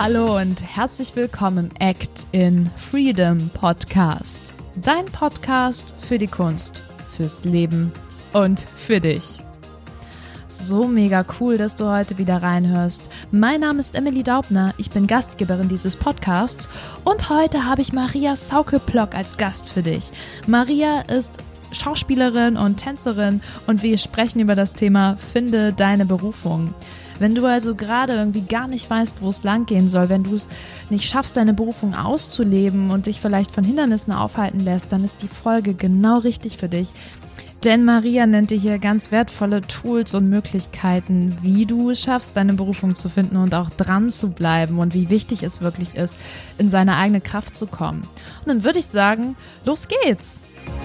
Hallo und herzlich willkommen im Act in Freedom Podcast. Dein Podcast für die Kunst, fürs Leben und für dich. So mega cool, dass du heute wieder reinhörst. Mein Name ist Emily Daubner, ich bin Gastgeberin dieses Podcasts und heute habe ich Maria Sauke-Plock als Gast für dich. Maria ist Schauspielerin und Tänzerin und wir sprechen über das Thema Finde deine Berufung. Wenn du also gerade irgendwie gar nicht weißt, wo es lang gehen soll, wenn du es nicht schaffst, deine Berufung auszuleben und dich vielleicht von Hindernissen aufhalten lässt, dann ist die Folge genau richtig für dich. Denn Maria nennt dir hier ganz wertvolle Tools und Möglichkeiten, wie du es schaffst, deine Berufung zu finden und auch dran zu bleiben und wie wichtig es wirklich ist, in seine eigene Kraft zu kommen. Und dann würde ich sagen, los geht's!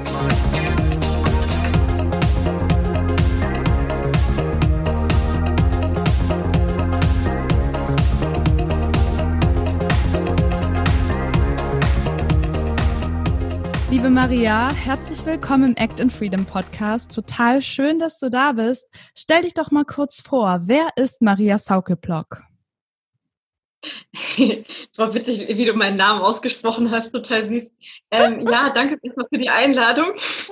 Liebe Maria, herzlich willkommen im Act in Freedom Podcast. Total schön, dass du da bist. Stell dich doch mal kurz vor. Wer ist Maria Sauke-Plock? Es war witzig, wie du meinen Namen ausgesprochen hast. Total süß. Ja, danke erstmal für die Einladung.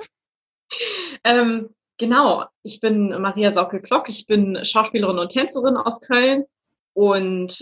Genau, ich bin Maria Sauke-Plock. Ich bin Schauspielerin und Tänzerin aus Köln. Und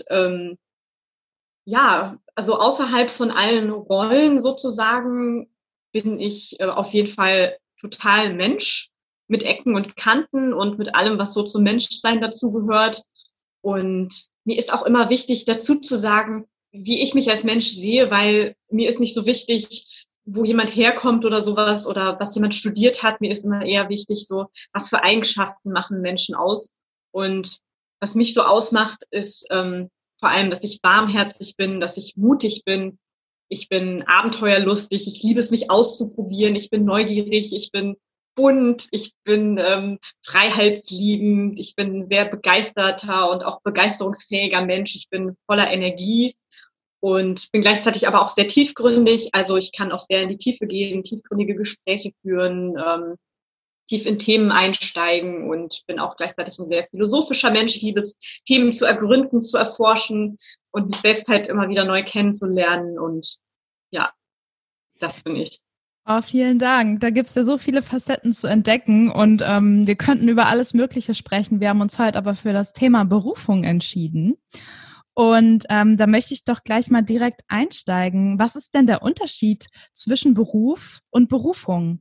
ja, also außerhalb von allen Rollen sozusagen bin ich auf jeden Fall total Mensch mit Ecken und Kanten und mit allem, was so zum Menschsein dazugehört. Und mir ist auch immer wichtig, dazu zu sagen, wie ich mich als Mensch sehe, weil mir ist nicht so wichtig, wo jemand herkommt oder sowas oder was jemand studiert hat. Mir ist immer eher wichtig, so was für Eigenschaften machen Menschen aus. Und was mich so ausmacht, ist vor allem, dass ich warmherzig bin, dass ich mutig bin. Ich bin abenteuerlustig, ich liebe es, mich auszuprobieren, ich bin neugierig, ich bin bunt, ich bin freiheitsliebend, ich bin ein sehr begeisterter und auch begeisterungsfähiger Mensch, ich bin voller Energie und bin gleichzeitig aber auch sehr tiefgründig, also ich kann auch sehr in die Tiefe gehen, tiefgründige Gespräche führen, tief in Themen einsteigen und bin auch gleichzeitig ein sehr philosophischer Mensch. Ich liebe es, Themen zu ergründen, zu erforschen und mich selbst halt immer wieder neu kennenzulernen. Und ja, das bin ich. Oh, vielen Dank. Da gibt es ja so viele Facetten zu entdecken und wir könnten über alles Mögliche sprechen. Wir haben uns heute aber für das Thema Berufung entschieden. Und da möchte ich doch gleich mal direkt einsteigen. Was ist denn der Unterschied zwischen Beruf und Berufung?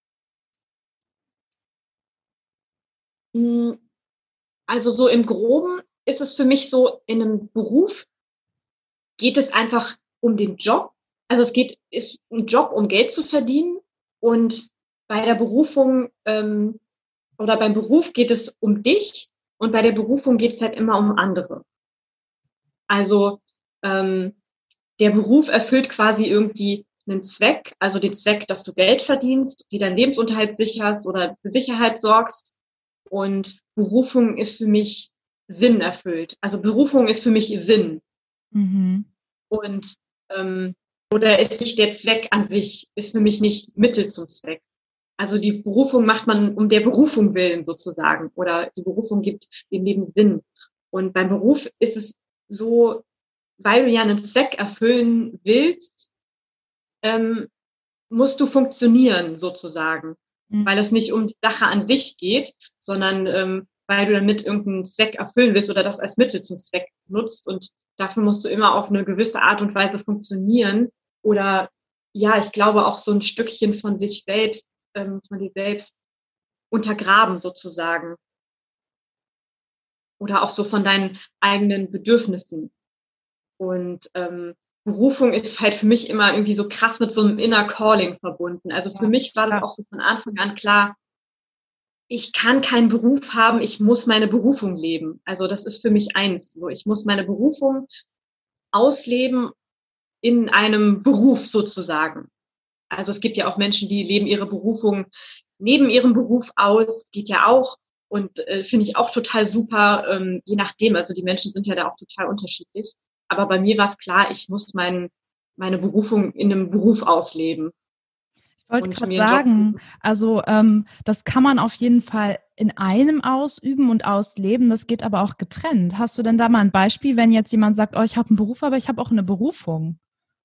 Also so im Groben ist es für mich so, in einem Beruf geht es einfach um den Job. Also ist ein Job, um Geld zu verdienen. Und bei der Berufung oder beim Beruf geht es um dich und bei der Berufung geht es halt immer um andere. Also der Beruf erfüllt quasi irgendwie einen Zweck, also den Zweck, dass du Geld verdienst, die deinen Lebensunterhalt sicherst oder für Sicherheit sorgst. Und Berufung ist für mich Sinn erfüllt. Also Berufung ist für mich Sinn. Mhm. Und oder ist nicht der Zweck an sich, ist für mich nicht Mittel zum Zweck. Also die Berufung macht man um der Berufung willen sozusagen. Oder die Berufung gibt dem Leben Sinn. Und beim Beruf ist es so, weil du ja einen Zweck erfüllen willst, musst du funktionieren sozusagen. Weil es nicht um die Sache an sich geht, sondern weil du damit irgendeinen Zweck erfüllen willst oder das als Mittel zum Zweck nutzt. Und dafür musst du immer auf eine gewisse Art und Weise funktionieren. Oder ja, ich glaube auch so ein Stückchen von sich selbst, von dir selbst untergraben sozusagen. Oder auch so von deinen eigenen Bedürfnissen. Und Berufung ist halt für mich immer irgendwie so krass mit so einem Inner Calling verbunden. Also für mich war das auch so von Anfang an klar, ich kann keinen Beruf haben, ich muss meine Berufung leben. Also das ist für mich eins. So, ich muss meine Berufung ausleben in einem Beruf sozusagen. Also es gibt ja auch Menschen, die leben ihre Berufung neben ihrem Beruf aus, geht ja auch. Und finde ich auch total super, je nachdem. Also die Menschen sind ja da auch total unterschiedlich. Aber bei mir war es klar, ich muss meine Berufung in einem Beruf ausleben. Ich wollte gerade sagen, also das kann man auf jeden Fall in einem ausüben und ausleben, das geht aber auch getrennt. Hast du denn da mal ein Beispiel, wenn jetzt jemand sagt, oh, ich habe einen Beruf, aber ich habe auch eine Berufung?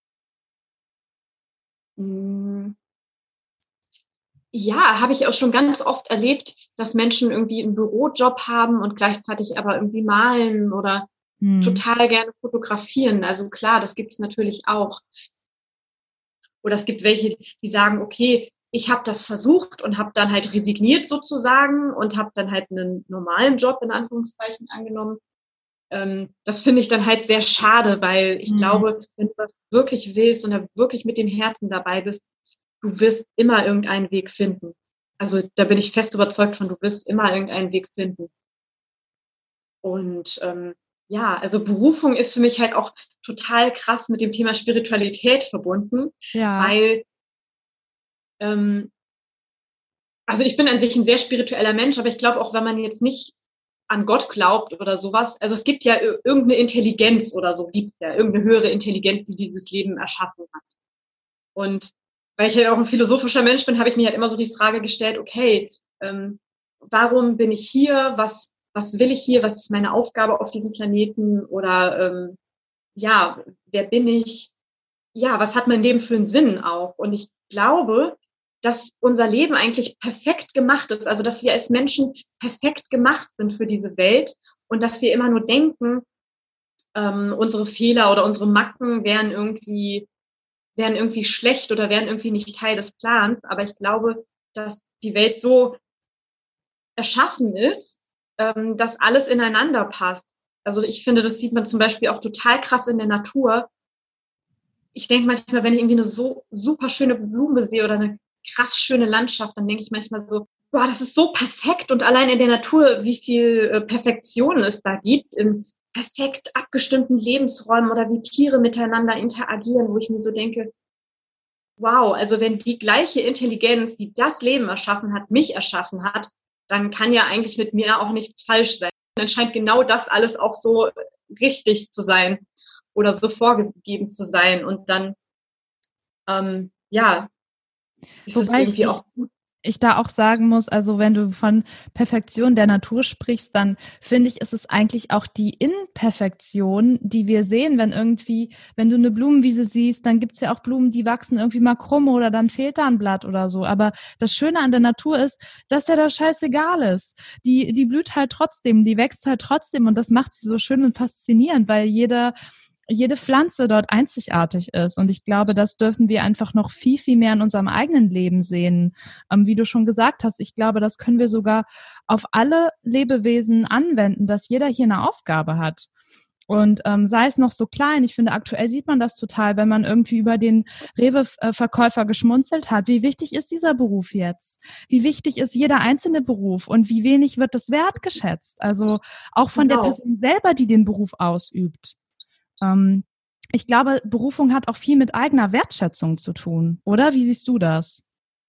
Mm, Ja, habe ich auch schon ganz oft erlebt, dass Menschen irgendwie einen Bürojob haben und gleichzeitig aber irgendwie malen oder Hm. total gerne fotografieren. Also klar, das gibt es natürlich auch. Oder es gibt welche, die sagen, okay, ich habe das versucht und habe dann halt resigniert sozusagen und habe dann halt einen normalen Job in Anführungszeichen angenommen. Das finde ich dann halt sehr schade, weil ich Hm. glaube, wenn du das wirklich willst und da wirklich mit dem Herzen dabei bist, du wirst immer irgendeinen Weg finden. Also da bin ich fest überzeugt von, du wirst immer irgendeinen Weg finden. Und ja, also Berufung ist für mich halt auch total krass mit dem Thema Spiritualität verbunden, Ja. weil ähm, also ich bin an sich ein sehr spiritueller Mensch, aber ich glaube auch, wenn man jetzt nicht an Gott glaubt oder sowas, also es gibt ja irgendeine Intelligenz oder so, gibt ja irgendeine höhere Intelligenz, die dieses Leben erschaffen hat. Und weil ich ja auch ein philosophischer Mensch bin, habe ich mir halt immer so die Frage gestellt, okay, warum bin ich hier? Was will ich hier? Was ist meine Aufgabe auf diesem Planeten? Oder ja, wer bin ich? Ja, was hat mein Leben für einen Sinn auch? Und ich glaube, dass unser Leben eigentlich perfekt gemacht ist, also dass wir als Menschen perfekt gemacht sind für diese Welt und dass wir immer nur denken, unsere Fehler oder unsere Macken wären irgendwie schlecht oder wären irgendwie nicht Teil des Plans. Aber ich glaube, dass die Welt so erschaffen ist, dass alles ineinander passt. Also ich finde, das sieht man zum Beispiel auch total krass in der Natur. Ich denke manchmal, wenn ich irgendwie eine so super schöne Blume sehe oder eine krass schöne Landschaft, dann denke ich manchmal so, boah, das ist so perfekt und allein in der Natur, wie viel Perfektion es da gibt, in perfekt abgestimmten Lebensräumen oder wie Tiere miteinander interagieren, wo ich mir so denke, wow, also wenn die gleiche Intelligenz, die das Leben erschaffen hat, mich erschaffen hat, dann kann ja eigentlich mit mir auch nichts falsch sein. Dann scheint genau das alles auch so richtig zu sein oder so vorgegeben zu sein. Und dann, ja, ist es Wobei ich, irgendwie ich auch gut. ich da auch sagen muss, also wenn du von Perfektion der Natur sprichst, dann finde ich, ist es eigentlich auch die Imperfektion, die wir sehen, wenn du eine Blumenwiese siehst, dann gibt's ja auch Blumen, die wachsen irgendwie mal krumm oder dann fehlt da ein Blatt oder so. Aber das Schöne an der Natur ist, dass ja das scheißegal ist. Die blüht halt trotzdem, die wächst halt trotzdem und das macht sie so schön und faszinierend, weil jede Pflanze dort einzigartig ist. Und ich glaube, das dürfen wir einfach noch viel, viel mehr in unserem eigenen Leben sehen. Wie du schon gesagt hast, ich glaube, das können wir sogar auf alle Lebewesen anwenden, dass jeder hier eine Aufgabe hat. Und sei es noch so klein, ich finde, aktuell sieht man das total, wenn man irgendwie über den Rewe-Verkäufer geschmunzelt hat. Wie wichtig ist dieser Beruf jetzt? Wie wichtig ist jeder einzelne Beruf? Und wie wenig wird das wertgeschätzt? Also auch von der Genau. Person selber, die den Beruf ausübt. Ähm, Ich glaube, Berufung hat auch viel mit eigener Wertschätzung zu tun, oder? Wie siehst du das?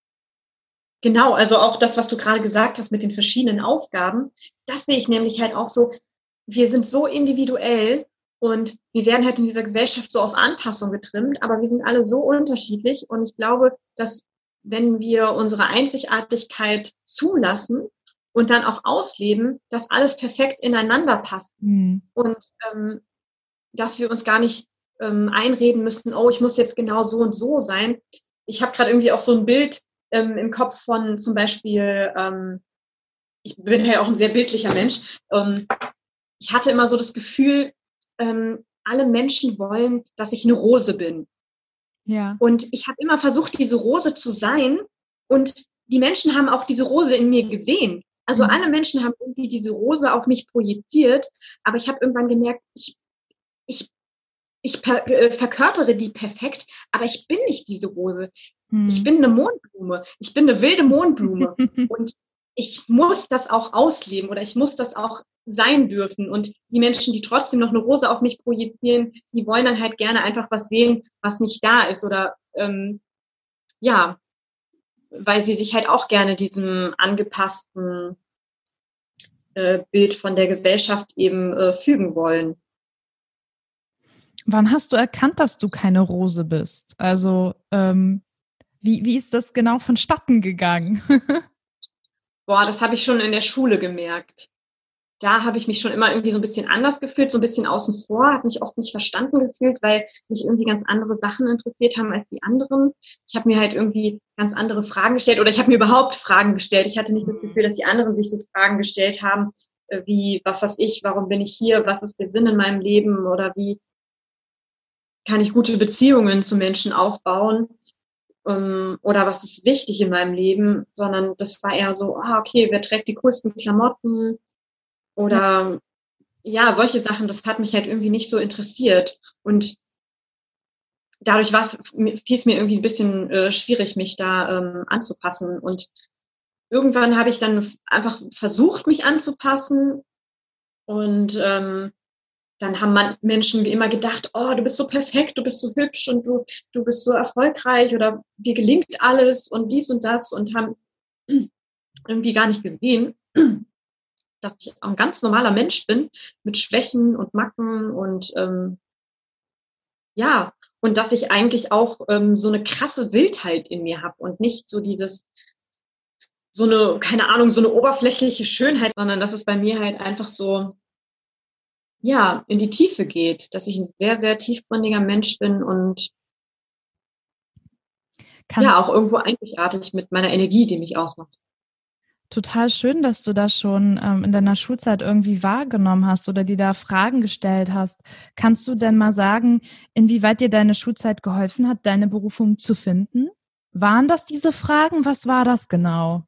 Genau, also auch das, was du gerade gesagt hast mit den verschiedenen Aufgaben, das sehe ich nämlich halt auch so, wir sind so individuell und wir werden halt in dieser Gesellschaft so auf Anpassung getrimmt, aber wir sind alle so unterschiedlich und ich glaube, dass wenn wir unsere Einzigartigkeit zulassen und dann auch ausleben, dass alles perfekt ineinander passt Hm. und dass wir uns gar nicht einreden müssen, oh, ich muss jetzt genau so und so sein. Ich habe gerade irgendwie auch so ein Bild im Kopf von zum Beispiel, ich bin ja auch ein sehr bildlicher Mensch. Ich hatte immer so das Gefühl, alle Menschen wollen, dass ich eine Rose bin. Ja. Und ich habe immer versucht, diese Rose zu sein. Und die Menschen haben auch diese Rose in mir gesehen. Also Mhm. alle Menschen haben irgendwie diese Rose auf mich projiziert. Aber ich habe irgendwann gemerkt, ich verkörpere die perfekt, aber ich bin nicht diese Rose. Ich Hm. bin eine Mondblume. Ich bin eine wilde Mondblume. Und ich muss das auch ausleben oder ich muss das auch sein dürfen. Und die Menschen, die trotzdem noch eine Rose auf mich projizieren, die wollen dann halt gerne einfach was sehen, was nicht da ist. Oder ja, weil sie sich halt auch gerne diesem angepassten Bild von der Gesellschaft eben fügen wollen. Wann hast du erkannt, dass du keine Rose bist? Also, wie ist das genau vonstatten gegangen? Boah, das habe ich schon in der Schule gemerkt. Da habe ich mich schon immer irgendwie so ein bisschen anders gefühlt, so ein bisschen außen vor, habe mich oft nicht verstanden gefühlt, weil mich irgendwie ganz andere Sachen interessiert haben als die anderen. Ich habe mir halt irgendwie ganz andere Fragen gestellt oder ich habe mir überhaupt Fragen gestellt. Ich hatte nicht das Gefühl, dass die anderen sich so Fragen gestellt haben, wie, was weiß ich, warum bin ich hier, was ist der Sinn in meinem Leben oder wie kann ich gute Beziehungen zu Menschen aufbauen, oder was ist wichtig in meinem Leben, sondern das war eher so, okay, wer trägt die coolsten Klamotten Ja, oder ja, solche Sachen, das hat mich halt irgendwie nicht so interessiert. Und dadurch fiel es mir irgendwie ein bisschen schwierig, mich da anzupassen. Und irgendwann habe ich dann einfach versucht, mich anzupassen. Und dann haben Menschen immer gedacht, oh, du bist so perfekt, du bist so hübsch und du bist so erfolgreich oder dir gelingt alles und dies und das und haben irgendwie gar nicht gesehen, dass ich ein ganz normaler Mensch bin mit Schwächen und Macken und ja, und dass ich eigentlich auch so eine krasse Wildheit in mir habe und nicht so so eine, keine Ahnung, so eine oberflächliche Schönheit, sondern dass es bei mir halt einfach so, ja, in die Tiefe geht, dass ich ein sehr, sehr tiefgründiger Mensch bin und ja, kannst auch irgendwo einzigartig mit meiner Energie, die mich ausmacht. total schön, dass du das schon in deiner Schulzeit irgendwie wahrgenommen hast oder dir da Fragen gestellt hast. Kannst du denn mal sagen, inwieweit dir deine Schulzeit geholfen hat, deine Berufung zu finden? Waren das diese Fragen? Was war das genau?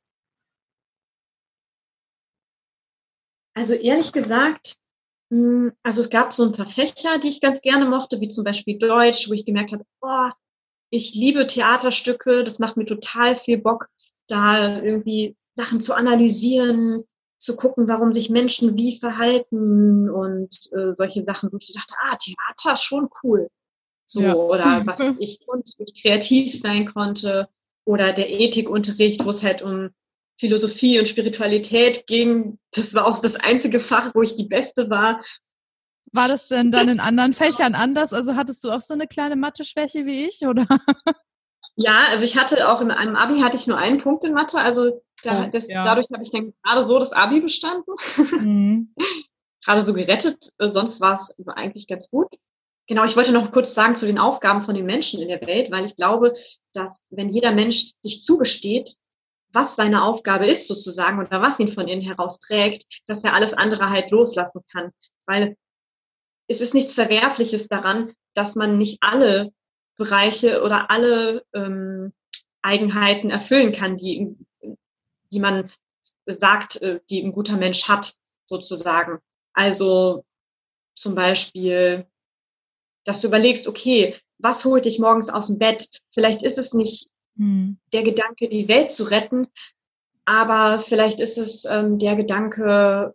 Also ehrlich gesagt, also es gab so ein paar Fächer, die ich ganz gerne mochte, wie zum Beispiel Deutsch, wo ich gemerkt habe, oh, ich liebe Theaterstücke, das macht mir total viel Bock, da irgendwie Sachen zu analysieren, zu gucken, warum sich Menschen wie verhalten und solche Sachen, wo ich so dachte, Theater ist schon cool. Ja. So, oder was ich Kunst, wo ich kreativ sein konnte, oder der Ethikunterricht, wo es halt um Philosophie und Spiritualität ging. Das war auch das einzige Fach, wo ich die Beste war. War das denn dann in anderen Fächern anders? Also hattest du auch so eine kleine Mathe-Schwäche wie ich, oder? Ja, also ich hatte auch in einem Abi hatte ich nur einen Punkt in Mathe, also Oh, ja. dadurch habe ich dann gerade so das Abi bestanden, Mhm. gerade so gerettet, sonst war es eigentlich ganz gut. Genau, ich wollte noch kurz sagen zu den Aufgaben von den Menschen in der Welt, weil ich glaube, dass wenn jeder Mensch sich zugesteht, was seine Aufgabe ist sozusagen oder was ihn von innen heraus trägt, dass er alles andere halt loslassen kann. Weil es ist nichts Verwerfliches daran, dass man nicht alle Bereiche oder alle Eigenheiten erfüllen kann, die man sagt, die ein guter Mensch hat, sozusagen. Also zum Beispiel, dass du überlegst, okay, was holt dich morgens aus dem Bett? Vielleicht ist es nicht Hm. der Gedanke, die Welt zu retten, aber vielleicht ist es der Gedanke,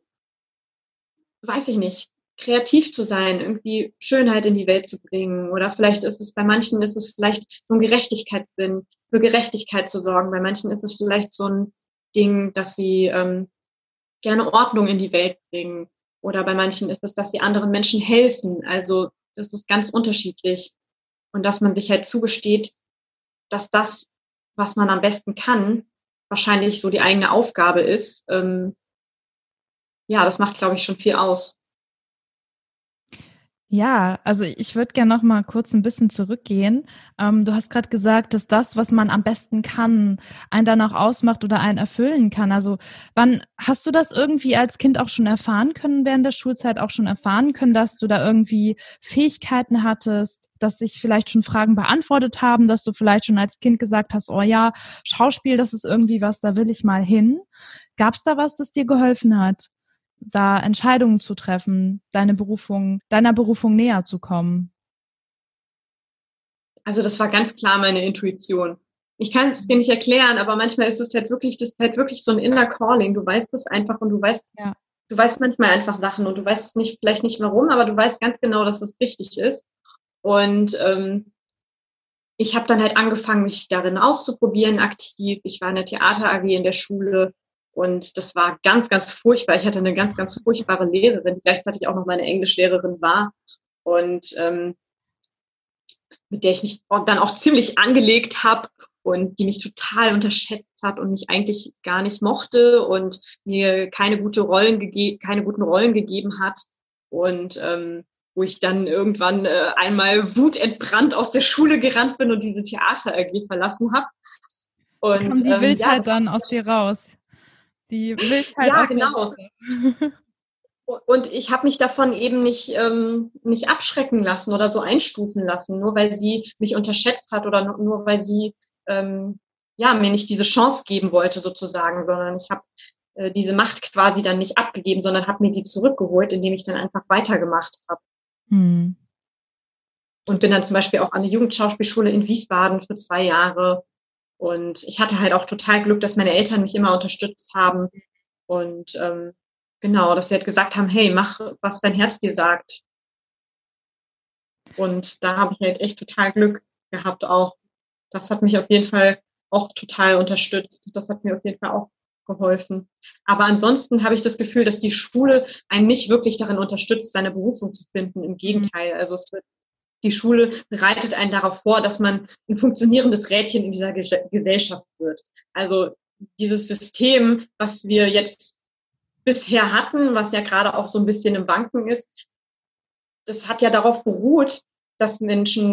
weiß ich nicht, kreativ zu sein, irgendwie Schönheit in die Welt zu bringen. Oder vielleicht ist es, bei manchen ist es vielleicht so ein Gerechtigkeitssinn, für Gerechtigkeit zu sorgen. Bei manchen ist es vielleicht so ein Ding, dass sie gerne Ordnung in die Welt bringen. Oder bei manchen ist es, dass sie anderen Menschen helfen. Also das ist ganz unterschiedlich. Und dass man sich halt zugesteht, dass das, was man am besten kann, wahrscheinlich so die eigene Aufgabe ist. Ja, das macht, glaube ich, schon viel aus. Ja, also ich würde gerne noch mal kurz ein bisschen zurückgehen. Du hast gerade gesagt, dass das, was man am besten kann, einen dann auch ausmacht oder einen erfüllen kann. Also wann hast du das irgendwie als Kind auch schon erfahren können, während der Schulzeit auch schon erfahren können, dass du da irgendwie Fähigkeiten hattest, dass sich vielleicht schon Fragen beantwortet haben, dass du vielleicht schon als Kind gesagt hast, oh ja, Schauspiel, das ist irgendwie was, da will ich mal hin. Gab es da was, das dir geholfen hat, da Entscheidungen zu treffen, deiner Berufung näher zu kommen? Also das war ganz klar meine Intuition. Ich kann es dir nicht erklären, aber manchmal ist es halt wirklich, das ist halt wirklich so ein inner Calling. Du weißt es einfach und Ja. du weißt manchmal einfach Sachen und du weißt nicht, vielleicht nicht warum, aber du weißt ganz genau, dass es richtig ist. Und ich habe dann halt angefangen, mich darin auszuprobieren, aktiv. Ich war in der Theater AG in der Schule und das war ganz, ganz furchtbar. Ich hatte eine ganz, ganz furchtbare Lehrerin, die gleichzeitig auch noch meine Englischlehrerin war und mit der ich mich dann auch ziemlich angelegt habe. und die mich total unterschätzt hat und mich eigentlich gar nicht mochte und mir keine guten Rollen gegeben hat. Und wo ich dann irgendwann einmal wutentbrannt aus der Schule gerannt bin und diese Theater AG verlassen habe. Kam Und die ja, Wildheit dann aus dir raus? Die Wildheit ja, aus der genau. Seele. Und ich habe mich davon eben nicht abschrecken lassen oder so einstufen lassen, nur weil sie mich unterschätzt hat oder nur weil sie ja, mir nicht diese Chance geben wollte sozusagen, sondern ich habe diese Macht quasi dann nicht abgegeben, sondern habe mir die zurückgeholt, indem ich dann einfach weitergemacht habe. Hm. Und bin dann zum Beispiel auch an der Jugendschauspielschule in Wiesbaden für 2 Jahre. Und ich hatte halt auch total Glück, dass meine Eltern mich immer unterstützt haben. Und genau, dass sie halt gesagt haben, hey, mach, was dein Herz dir sagt. Und da habe ich halt echt total Glück gehabt auch. Das hat mich auf jeden Fall auch total unterstützt. Das hat mir auf jeden Fall auch geholfen. Aber ansonsten habe ich das Gefühl, dass die Schule einen nicht wirklich darin unterstützt, seine Berufung zu finden. Im Gegenteil. Also die Schule bereitet einen darauf vor, dass man ein funktionierendes Rädchen in dieser Gesellschaft wird. Also dieses System, was wir jetzt bisher hatten, was ja gerade auch so ein bisschen im Wanken ist, das hat ja darauf beruht, dass Menschen,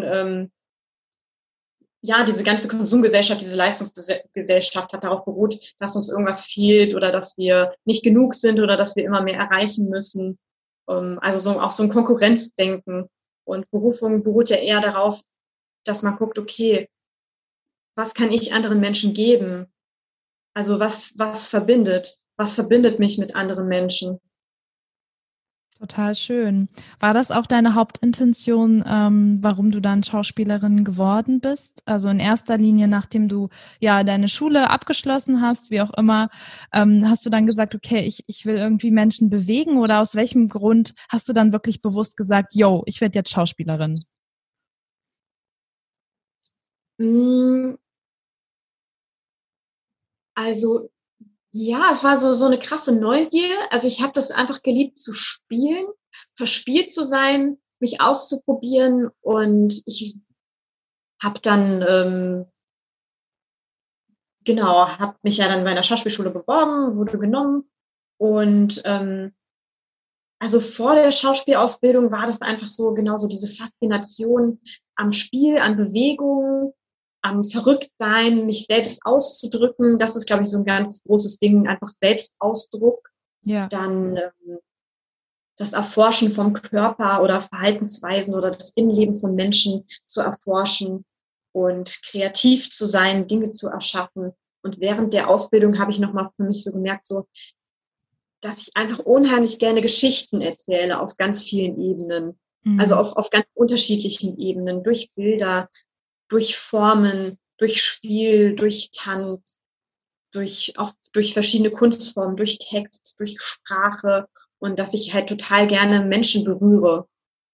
ja, diese ganze Konsumgesellschaft, diese Leistungsgesellschaft hat darauf beruht, dass uns irgendwas fehlt oder dass wir nicht genug sind oder dass wir immer mehr erreichen müssen. Also so, auch so ein Konkurrenzdenken. Und Berufung beruht ja eher darauf, dass man guckt, okay, was kann ich anderen Menschen geben? Also was verbindet? Was verbindet mich mit anderen Menschen? Total schön. War das auch deine Hauptintention, warum du dann Schauspielerin geworden bist? Also in erster Linie, nachdem du ja deine Schule abgeschlossen hast, wie auch immer, hast du dann gesagt, okay, ich will irgendwie Menschen bewegen, oder aus welchem Grund hast du dann wirklich bewusst gesagt, yo, ich werde jetzt Schauspielerin? Also ja, es war so eine krasse Neugier. Also ich habe das einfach geliebt zu spielen, verspielt zu sein, mich auszuprobieren. Und ich habe dann, genau, habe mich ja dann bei einer Schauspielschule beworben, wurde genommen. Und also vor der Schauspielausbildung war das einfach so genauso diese Faszination am Spiel, an Bewegung, am Verrücktsein, mich selbst auszudrücken. Das ist, glaube ich, so ein ganz großes Ding, einfach Selbstausdruck. Ja. Dann das Erforschen vom Körper oder Verhaltensweisen oder das Innenleben von Menschen zu erforschen und kreativ zu sein, Dinge zu erschaffen. Und während der Ausbildung habe ich nochmal für mich so gemerkt, so, dass ich einfach unheimlich gerne Geschichten erzähle auf ganz vielen Ebenen. Also Mhm. auf ganz unterschiedlichen Ebenen, durch Bilder, durch Formen, durch Spiel, durch Tanz, durch verschiedene Kunstformen, durch Text, durch Sprache, und dass ich halt total gerne Menschen berühre.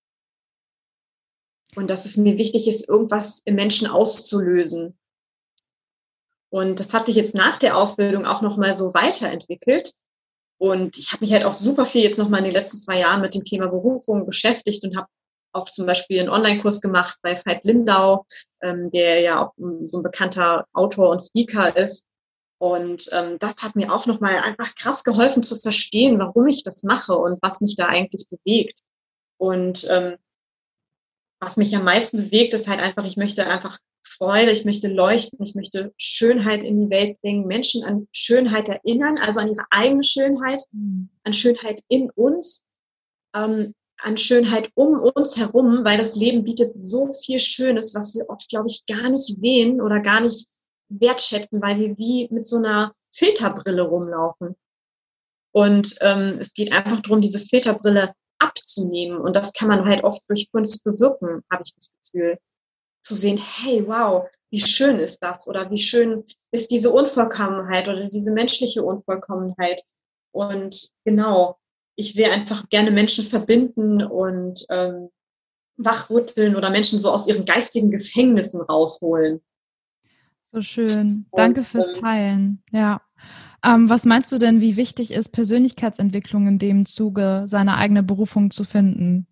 Und dass es mir wichtig ist, irgendwas im Menschen auszulösen. Und das hat sich jetzt nach der Ausbildung auch nochmal so weiterentwickelt. Und ich habe mich halt auch super viel jetzt nochmal in den letzten 2 Jahren mit dem Thema Berufung beschäftigt und habe auch zum Beispiel einen Online-Kurs gemacht bei Veit Lindau, der ja auch so ein bekannter Autor und Speaker ist. Und das hat mir auch nochmal einfach krass geholfen zu verstehen, warum ich das mache und was mich da eigentlich bewegt. Und was mich am meisten bewegt, ist halt einfach, ich möchte einfach Freude, ich möchte leuchten, ich möchte Schönheit in die Welt bringen, Menschen an Schönheit erinnern, also an ihre eigene Schönheit, an Schönheit in uns, an Schönheit um uns herum, weil das Leben bietet so viel Schönes, was wir oft, glaube ich, gar nicht sehen oder gar nicht wertschätzen, weil wir wie mit so einer Filterbrille rumlaufen. Und es geht einfach darum, diese Filterbrille abzunehmen. Und das kann man halt oft durch Kunst bewirken, habe ich das Gefühl. Zu sehen, hey, wow, wie schön ist das? Oder wie schön ist diese Unvollkommenheit oder diese menschliche Unvollkommenheit? Und genau, ich will einfach gerne Menschen verbinden und wachrütteln oder Menschen so aus ihren geistigen Gefängnissen rausholen. So schön. Und Danke fürs Teilen. Ja. Was meinst du denn, wie wichtig ist Persönlichkeitsentwicklung in dem Zuge, seine eigene Berufung zu finden?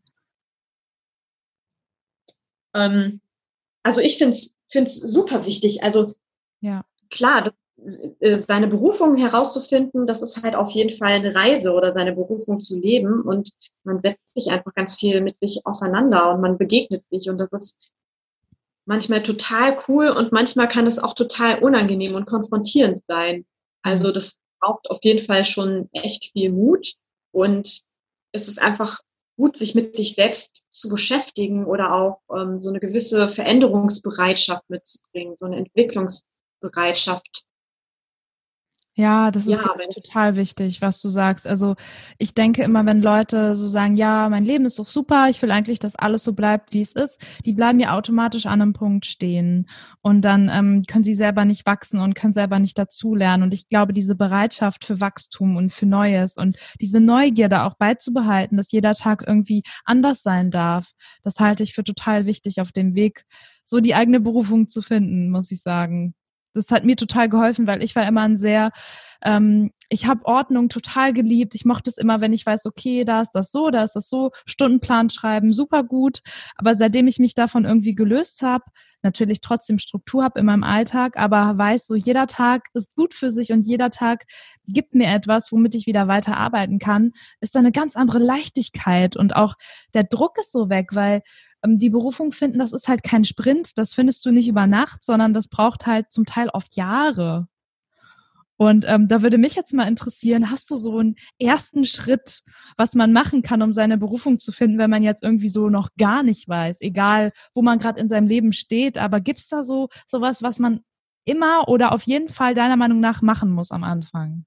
also ich finde es super wichtig. Also Ja. Klar, seine Berufung herauszufinden, das ist halt auf jeden Fall eine Reise oder seine Berufung zu leben und man setzt sich einfach ganz viel mit sich auseinander und man begegnet sich und das ist manchmal total cool und manchmal kann es auch total unangenehm und konfrontierend sein. Mhm. Also das braucht auf jeden Fall schon echt viel Mut und es ist einfach gut, sich mit sich selbst zu beschäftigen oder auch so eine gewisse Veränderungsbereitschaft mitzubringen, so eine Entwicklungsbereitschaft. Ja, das ist, Ja, glaube ich, total wichtig, was du sagst. Also ich denke immer, wenn Leute so sagen, ja, mein Leben ist doch super, ich will eigentlich, dass alles so bleibt, wie es ist, die bleiben ja automatisch an einem Punkt stehen. Und dann können sie selber nicht wachsen und können selber nicht dazulernen. Und ich glaube, diese Bereitschaft für Wachstum und für Neues und diese Neugierde auch beizubehalten, dass jeder Tag irgendwie anders sein darf, das halte ich für total wichtig auf dem Weg, so die eigene Berufung zu finden, muss ich sagen. Das hat mir total geholfen, weil ich war immer ein sehr, ich habe Ordnung total geliebt. Ich mochte es immer, wenn ich weiß, okay, da ist das so, da ist das so, Stundenplan schreiben, super gut. Aber seitdem ich mich davon irgendwie gelöst habe, natürlich trotzdem Struktur habe in meinem Alltag, aber weiß, so jeder Tag ist gut für sich und jeder Tag gibt mir etwas, womit ich wieder weiter arbeiten kann, ist da eine ganz andere Leichtigkeit und auch der Druck ist so weg, weil die Berufung finden, das ist halt kein Sprint, das findest du nicht über Nacht, sondern das braucht halt zum Teil oft Jahre. Und da würde mich jetzt mal interessieren, hast du so einen ersten Schritt, was man machen kann, um seine Berufung zu finden, wenn man jetzt irgendwie so noch gar nicht weiß, egal wo man gerade in seinem Leben steht, aber gibt's da so sowas, was man immer oder auf jeden Fall deiner Meinung nach machen muss am Anfang?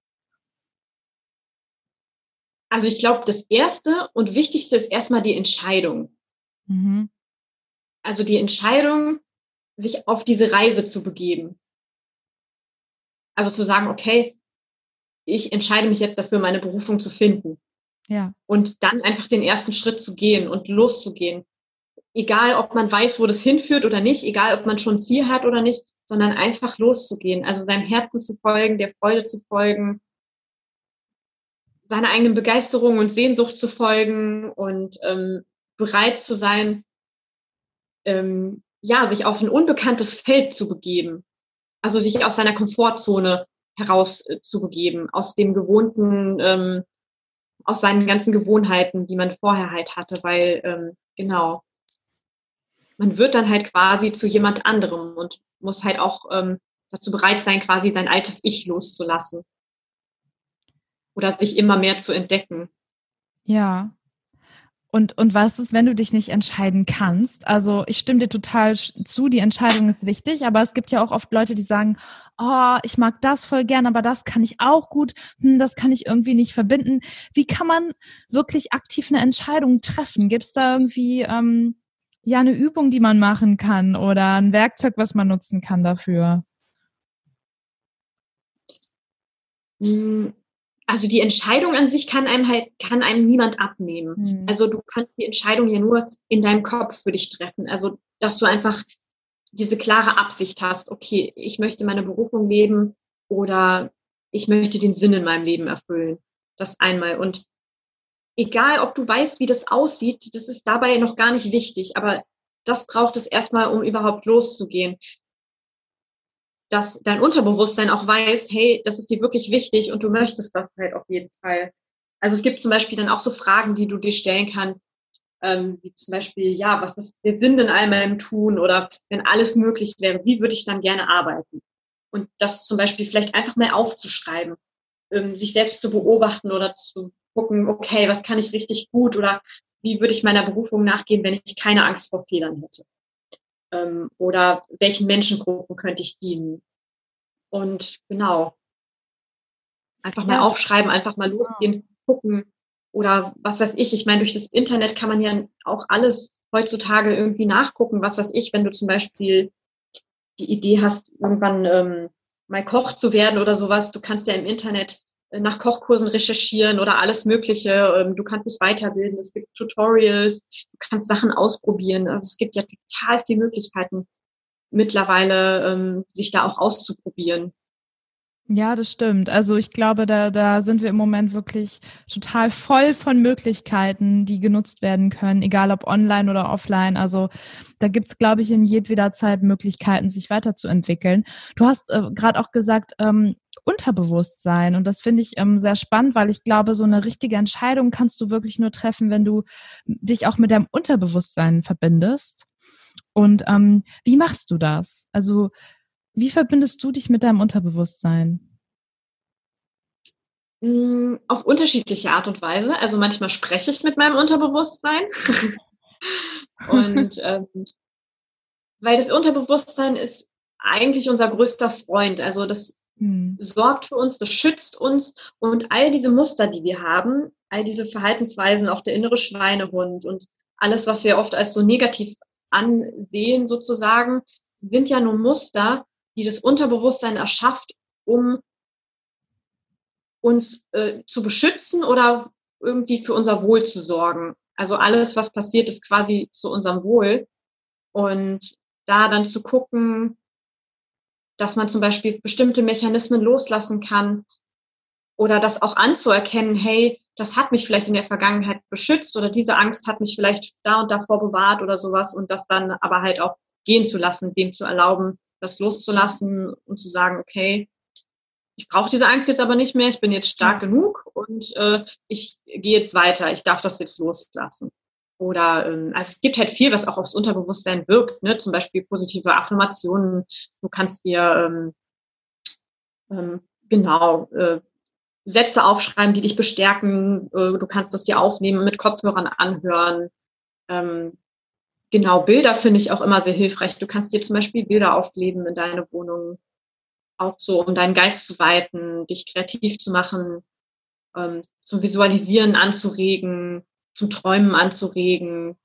also ich glaube, das Erste und Wichtigste ist erstmal die Entscheidung. Mhm. Also die Entscheidung, sich auf diese Reise zu begeben. Also zu sagen, okay, ich entscheide mich jetzt dafür, meine Berufung zu finden. Ja. Und dann einfach den ersten Schritt zu gehen und loszugehen. Egal, ob man weiß, wo das hinführt oder nicht, egal, ob man schon ein Ziel hat oder nicht, sondern einfach loszugehen. Also seinem Herzen zu folgen, der Freude zu folgen, seiner eigenen Begeisterung und Sehnsucht zu folgen und bereit zu sein, ja, sich auf ein unbekanntes Feld zu begeben. Also sich aus seiner Komfortzone heraus zu begeben, aus dem gewohnten, aus seinen ganzen Gewohnheiten, die man vorher halt hatte, weil genau, man wird dann halt quasi zu jemand anderem und muss halt auch dazu bereit sein, quasi sein altes Ich loszulassen oder sich immer mehr zu entdecken. Ja. Und was ist, wenn du dich nicht entscheiden kannst? Also ich stimme dir total zu, die Entscheidung ist wichtig, aber es gibt ja auch oft Leute, die sagen, oh, ich mag das voll gern, aber das kann ich auch gut, das kann ich irgendwie nicht verbinden. Wie kann man wirklich aktiv eine Entscheidung treffen? Gibt es da irgendwie ja eine Übung, die man machen kann oder ein Werkzeug, was man nutzen kann dafür? Also die Entscheidung an sich kann einem niemand abnehmen. Hm. Also du kannst die Entscheidung ja nur in deinem Kopf für dich treffen. Also, dass du einfach diese klare Absicht hast, okay, ich möchte meine Berufung leben oder ich möchte den Sinn in meinem Leben erfüllen. Das einmal. Und egal, ob du weißt, wie das aussieht, das ist dabei noch gar nicht wichtig. Aber das braucht es erstmal, um überhaupt loszugehen. Dass dein Unterbewusstsein auch weiß, hey, das ist dir wirklich wichtig und du möchtest das halt auf jeden Fall. Also es gibt zum Beispiel dann auch so Fragen, die du dir stellen kannst, wie zum Beispiel, ja, was ist der Sinn in all meinem Tun oder wenn alles möglich wäre, wie würde ich dann gerne arbeiten? Und das zum Beispiel vielleicht einfach mal aufzuschreiben, sich selbst zu beobachten oder zu gucken, okay, was kann ich richtig gut oder wie würde ich meiner Berufung nachgehen, wenn ich keine Angst vor Fehlern hätte? Oder welchen Menschengruppen könnte ich dienen? Und genau, einfach mal Ja, aufschreiben, einfach mal losgehen, gucken oder was weiß ich. Ich meine, durch das Internet kann man ja auch alles heutzutage irgendwie nachgucken. Was weiß ich, wenn du zum Beispiel die Idee hast, irgendwann mal Koch zu werden oder sowas. Du kannst ja im Internet nach Kochkursen recherchieren oder alles Mögliche. Du kannst dich weiterbilden. Es gibt Tutorials. Du kannst Sachen ausprobieren. Also es gibt ja total viele Möglichkeiten mittlerweile, sich da auch auszuprobieren. Ja, das stimmt. Also ich glaube, da sind wir im Moment wirklich total voll von Möglichkeiten, die genutzt werden können, egal ob online oder offline. Also da gibt's, glaube ich, in jedweder Zeit Möglichkeiten, sich weiterzuentwickeln. Du hast gerade auch gesagt, Unterbewusstsein. Und das finde ich sehr spannend, weil ich glaube, so eine richtige Entscheidung kannst du wirklich nur treffen, wenn du dich auch mit deinem Unterbewusstsein verbindest. Und wie machst du das? Also wie verbindest du dich mit deinem Unterbewusstsein? Auf unterschiedliche Art und Weise. Also manchmal spreche ich mit meinem Unterbewusstsein und weil das Unterbewusstsein ist eigentlich unser größter Freund. Also das Hm. sorgt für uns, das schützt uns und all diese Muster, die wir haben, all diese Verhaltensweisen, auch der innere Schweinehund und alles, was wir oft als so negativ ansehen sozusagen, sind ja nur Muster, die das Unterbewusstsein erschafft, um uns zu beschützen oder irgendwie für unser Wohl zu sorgen. Also alles, was passiert, ist quasi zu unserem Wohl. Und da dann zu gucken, dass man zum Beispiel bestimmte Mechanismen loslassen kann oder das auch anzuerkennen, hey, das hat mich vielleicht in der Vergangenheit beschützt oder diese Angst hat mich vielleicht da und davor bewahrt oder sowas und das dann aber halt auch gehen zu lassen, dem zu erlauben, das loszulassen und zu sagen, okay, ich brauche diese Angst jetzt aber nicht mehr, ich bin jetzt stark Ja. genug und ich gehe jetzt weiter, ich darf das jetzt loslassen. Oder also es gibt halt viel, was auch aufs Unterbewusstsein wirkt, ne? Zum Beispiel positive Affirmationen. Du kannst dir genau Sätze aufschreiben, die dich bestärken. Du kannst das dir aufnehmen, mit Kopfhörern anhören. Ähm, genau, Bilder finde ich auch immer sehr hilfreich. Du kannst dir zum Beispiel Bilder aufkleben in deine Wohnung, auch so, um deinen Geist zu weiten, dich kreativ zu machen, zum Visualisieren anzuregen, zum Träumen anzuregen.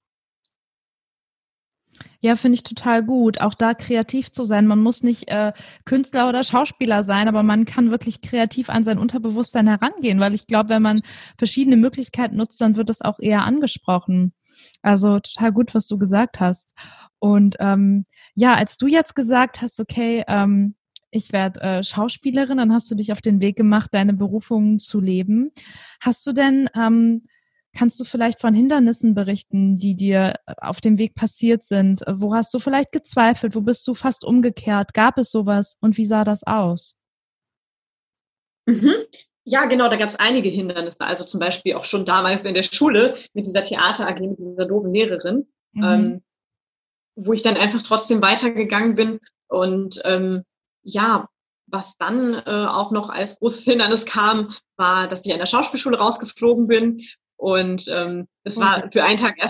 Ja, finde ich total gut, auch da kreativ zu sein. Man muss nicht Künstler oder Schauspieler sein, aber man kann wirklich kreativ an sein Unterbewusstsein herangehen, weil ich glaube, wenn man verschiedene Möglichkeiten nutzt, dann wird das auch eher angesprochen. Also total gut, was du gesagt hast. Und ja, als du jetzt gesagt hast, okay, ich werde Schauspielerin, dann hast du dich auf den Weg gemacht, deine Berufung zu leben. Hast du denn kannst du vielleicht von Hindernissen berichten, die dir auf dem Weg passiert sind? Wo hast du vielleicht gezweifelt? Wo bist du fast umgekehrt? Gab es sowas? Und wie sah das aus? Mhm. Ja, genau, da gab es einige Hindernisse. Also zum Beispiel auch schon damals in der Schule mit dieser Theater AG, mit dieser doofen Lehrerin, Mhm. ähm, wo ich dann einfach trotzdem weitergegangen bin. Und ja, was dann auch noch als großes Hindernis kam, war, dass ich an der Schauspielschule rausgeflogen bin. Und es Oh je. war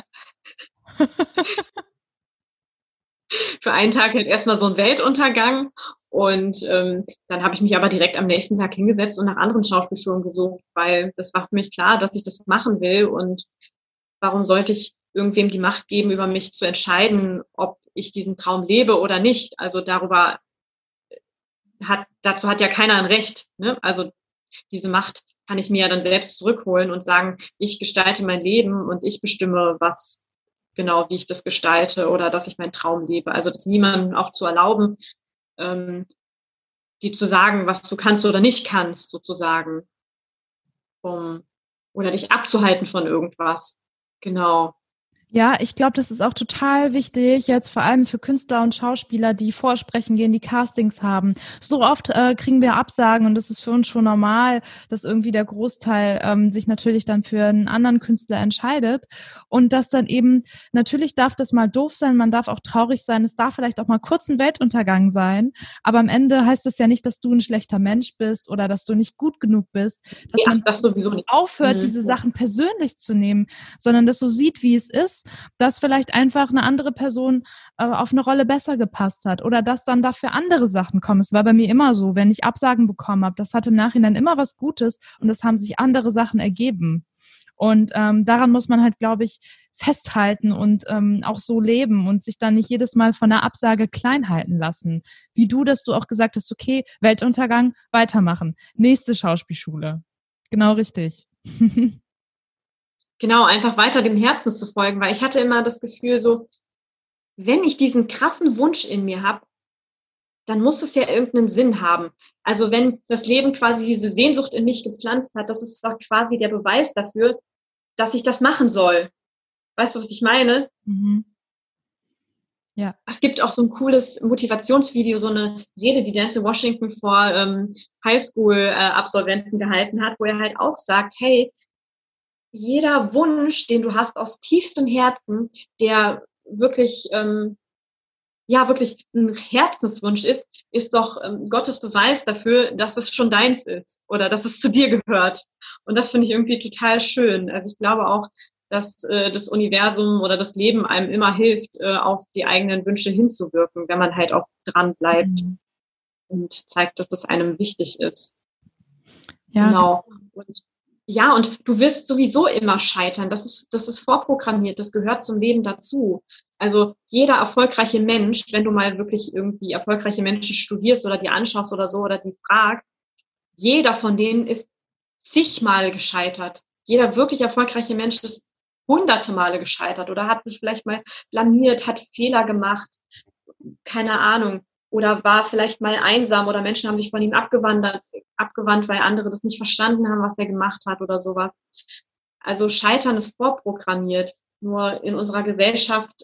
für einen Tag halt erstmal so ein Weltuntergang. Und dann habe ich mich aber direkt am nächsten Tag hingesetzt und nach anderen Schauspielschulen gesucht, weil das war für mich klar, dass ich das machen will. Und warum sollte ich irgendwem die Macht geben, über mich zu entscheiden, ob ich diesen Traum lebe oder nicht? Also dazu hat ja keiner ein Recht. Ne? Also diese Macht kann ich mir ja dann selbst zurückholen und sagen, ich gestalte mein Leben und ich bestimme, was genau, wie ich das gestalte oder dass ich meinen Traum lebe. Also das niemandem auch zu erlauben, ähm, die zu sagen, was du kannst oder nicht kannst, sozusagen, um, oder dich abzuhalten von irgendwas. Genau. Ja, ich glaube, das ist auch total wichtig, jetzt vor allem für Künstler und Schauspieler, die vorsprechen gehen, die Castings haben. So oft kriegen wir Absagen und das ist für uns schon normal, dass irgendwie der Großteil sich natürlich dann für einen anderen Künstler entscheidet. Und dass dann eben, natürlich darf das mal doof sein, man darf auch traurig sein, es darf vielleicht auch mal kurz ein Weltuntergang sein. Aber am Ende heißt das ja nicht, dass du ein schlechter Mensch bist oder dass du nicht gut genug bist, dass Ja, man das sowieso nicht. aufhört, Mhm. diese Sachen persönlich zu nehmen, sondern das so sieht, wie es ist, dass vielleicht einfach eine andere Person auf eine Rolle besser gepasst hat oder dass dann dafür andere Sachen kommen. Es war bei mir immer so, wenn ich Absagen bekommen habe, das hatte im Nachhinein immer was Gutes und es haben sich andere Sachen ergeben. Und daran muss man halt, glaube ich, festhalten und auch so leben und sich dann nicht jedes Mal von einer Absage klein halten lassen. Wie du, dass du auch gesagt hast, okay, Weltuntergang, weitermachen. Nächste Schauspielschule. Genau richtig. Genau, einfach weiter dem Herzen zu folgen, weil ich hatte immer das Gefühl so, wenn ich diesen krassen Wunsch in mir habe, dann muss es ja irgendeinen Sinn haben. Also wenn das Leben quasi diese Sehnsucht in mich gepflanzt hat, das ist doch quasi der Beweis dafür, dass ich das machen soll. Weißt du, was ich meine? Mhm. Ja. Es gibt auch so ein cooles Motivationsvideo, so eine Rede, die Denzel Washington vor Highschool-Absolventen gehalten hat, wo er halt auch sagt, hey, jeder Wunsch, den du hast aus tiefstem Herzen, der wirklich, wirklich ein Herzenswunsch ist doch Gottes Beweis dafür, dass es schon deins ist oder dass es zu dir gehört. Und das finde ich irgendwie total schön. Also ich glaube auch, dass das Universum oder das Leben einem immer hilft, auf die eigenen Wünsche hinzuwirken, wenn man halt auch dran bleibt und zeigt, dass das einem wichtig ist. Ja, Genau. Und ja, und du wirst sowieso immer scheitern. Das ist vorprogrammiert. Das gehört zum Leben dazu. Also jeder erfolgreiche Mensch, wenn du mal wirklich irgendwie erfolgreiche Menschen studierst oder die anschaust oder so oder die fragst, jeder von denen ist zigmal gescheitert. Jeder wirklich erfolgreiche Mensch ist hunderte Male gescheitert oder hat sich vielleicht mal blamiert, hat Fehler gemacht, keine Ahnung, oder war vielleicht mal einsam oder Menschen haben sich von ihm abgewandt, weil andere das nicht verstanden haben, was er gemacht hat oder sowas. Also Scheitern ist vorprogrammiert. Nur in unserer Gesellschaft,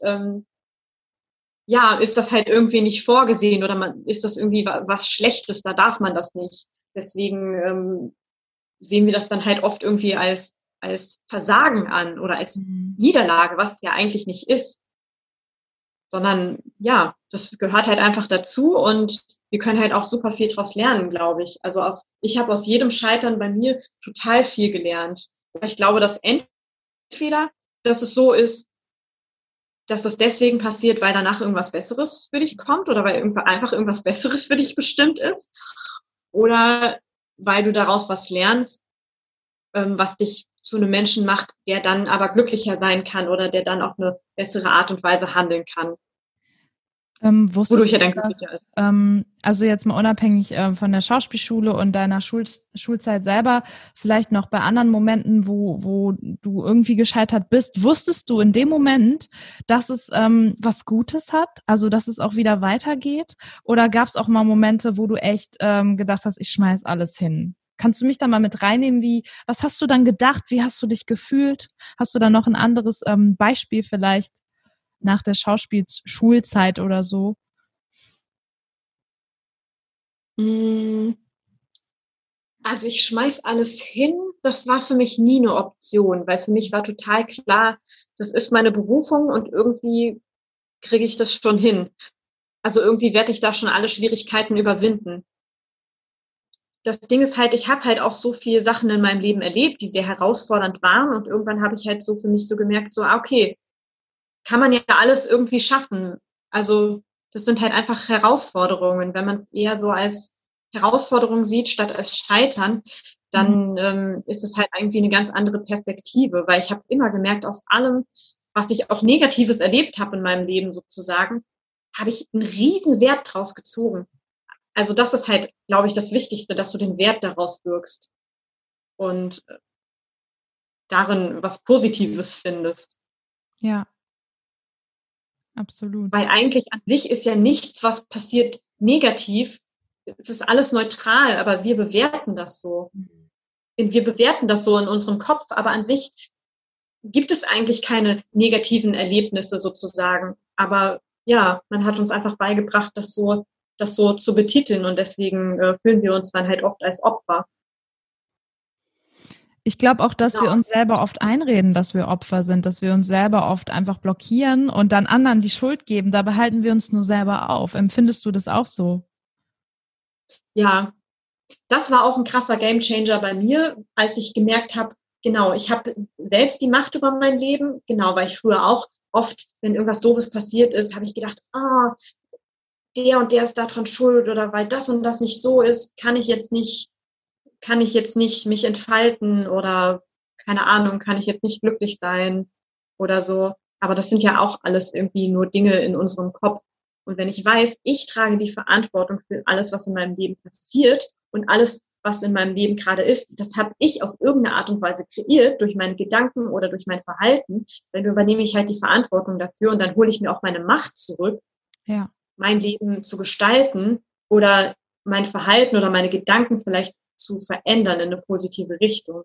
ist das halt irgendwie nicht vorgesehen oder ist das irgendwie was Schlechtes, da darf man das nicht. Deswegen sehen wir das dann halt oft irgendwie als Versagen an oder als Niederlage, was es ja eigentlich nicht ist. Sondern ja, das gehört halt einfach dazu und wir können halt auch super viel draus lernen, glaube ich. Also ich habe aus jedem Scheitern bei mir total viel gelernt. Ich glaube, dass entweder, dass es so ist, dass das deswegen passiert, weil danach irgendwas Besseres für dich kommt oder weil einfach irgendwas Besseres für dich bestimmt ist oder weil du daraus was lernst, was dich zu einem Menschen macht, der dann aber glücklicher sein kann oder der dann auf eine bessere Art und Weise handeln kann. Wodurch Wusstest er du, dann dass, glücklicher ist. also jetzt mal unabhängig von der Schauspielschule und deiner Schulzeit selber, vielleicht noch bei anderen Momenten, wo du irgendwie gescheitert bist, wusstest du in dem Moment, dass es was Gutes hat, also dass es auch wieder weitergeht? Oder gab es auch mal Momente, wo du echt gedacht hast, ich schmeiß alles hin? Kannst du mich da mal mit reinnehmen? Was hast du dann gedacht? Wie hast du dich gefühlt? Hast du da noch ein anderes Beispiel vielleicht? Nach der Schauspielschulzeit oder so? Also ich schmeiß alles hin. Das war für mich nie eine Option, weil für mich war total klar, das ist meine Berufung und irgendwie kriege ich das schon hin. Also irgendwie werde ich da schon alle Schwierigkeiten überwinden. Das Ding ist halt, ich habe halt auch so viele Sachen in meinem Leben erlebt, die sehr herausfordernd waren und irgendwann habe ich halt so für mich so gemerkt, so, okay, kann man ja alles irgendwie schaffen. Also das sind halt einfach Herausforderungen. Wenn man es eher so als Herausforderung sieht, statt als Scheitern, dann ist es halt irgendwie eine ganz andere Perspektive, weil ich habe immer gemerkt, aus allem, was ich auch Negatives erlebt habe in meinem Leben sozusagen, habe ich einen riesen Wert draus gezogen. Also das ist halt, glaube ich, das Wichtigste, dass du den Wert daraus wirkst und darin was Positives findest. Ja, absolut. Weil eigentlich an sich ist ja nichts, was passiert, negativ. Es ist alles neutral, aber wir bewerten das so. Wir bewerten das so in unserem Kopf, aber an sich gibt es eigentlich keine negativen Erlebnisse sozusagen. Aber ja, man hat uns einfach beigebracht, das so zu betiteln und deswegen fühlen wir uns dann halt oft als Opfer. Ich glaube auch, dass wir uns selber oft einreden, dass wir Opfer sind, dass wir uns selber oft einfach blockieren und dann anderen die Schuld geben. Dabei halten wir uns nur selber auf. Empfindest du das auch so? Ja, das war auch ein krasser Gamechanger bei mir, als ich gemerkt habe, genau, ich habe selbst die Macht über mein Leben, genau, weil ich früher auch oft, wenn irgendwas Doofes passiert ist, habe ich gedacht, der und der ist daran schuld oder weil das und das nicht so ist, kann ich jetzt nicht mich entfalten oder keine Ahnung, kann ich jetzt nicht glücklich sein oder so. Aber das sind ja auch alles irgendwie nur Dinge in unserem Kopf. Und wenn ich weiß, ich trage die Verantwortung für alles, was in meinem Leben passiert und alles, was in meinem Leben gerade ist, das habe ich auf irgendeine Art und Weise kreiert durch meine Gedanken oder durch mein Verhalten, dann übernehme ich halt die Verantwortung dafür und dann hole ich mir auch meine Macht zurück, Ja. mein Leben zu gestalten oder mein Verhalten oder meine Gedanken vielleicht zu verändern in eine positive Richtung.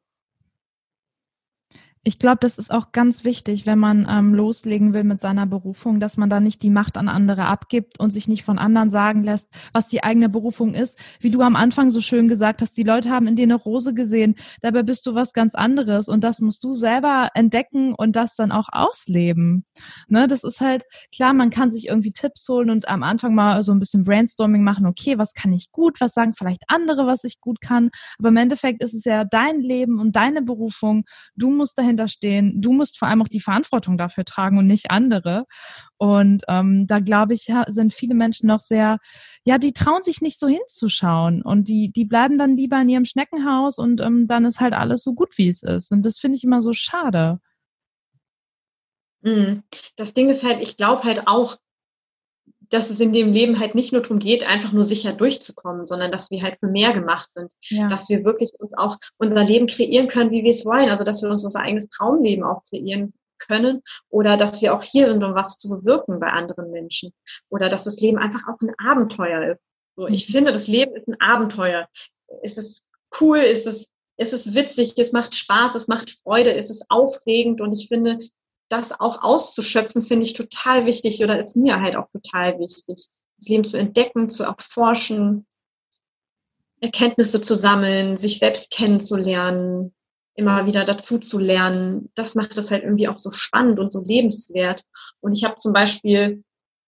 Ich glaube, das ist auch ganz wichtig, wenn man loslegen will mit seiner Berufung, dass man da nicht die Macht an andere abgibt und sich nicht von anderen sagen lässt, was die eigene Berufung ist. Wie du am Anfang so schön gesagt hast, die Leute haben in dir eine Rose gesehen, dabei bist du was ganz anderes und das musst du selber entdecken und das dann auch ausleben. Ne, das ist halt, klar, man kann sich irgendwie Tipps holen und am Anfang mal so ein bisschen Brainstorming machen, okay, was kann ich gut, was sagen vielleicht andere, was ich gut kann, aber im Endeffekt ist es ja dein Leben und deine Berufung. Du musst dahinter stehen. Du musst vor allem auch die Verantwortung dafür tragen und nicht andere. Und da glaube ich, ja, sind viele Menschen noch sehr, ja, die trauen sich nicht so hinzuschauen und die bleiben dann lieber in ihrem Schneckenhaus und dann ist halt alles so gut, wie es ist. Und das finde ich immer so schade. Das Ding ist halt, ich glaube halt auch, dass es in dem Leben halt nicht nur darum geht, einfach nur sicher durchzukommen, sondern dass wir halt für mehr gemacht sind, Ja. dass wir wirklich uns auch unser Leben kreieren können, wie wir es wollen, also dass wir uns unser eigenes Traumleben auch kreieren können oder dass wir auch hier sind, um was zu bewirken bei anderen Menschen oder dass das Leben einfach auch ein Abenteuer ist. So, ich finde, das Leben ist ein Abenteuer. Es ist cool, es ist witzig, es macht Spaß, es macht Freude, es ist aufregend und ich finde, das auch auszuschöpfen, finde ich total wichtig oder ist mir halt auch total wichtig. Das Leben zu entdecken, zu erforschen, Erkenntnisse zu sammeln, sich selbst kennenzulernen, immer wieder dazu zu lernen. Das macht es halt irgendwie auch so spannend und so lebenswert. Und ich habe zum Beispiel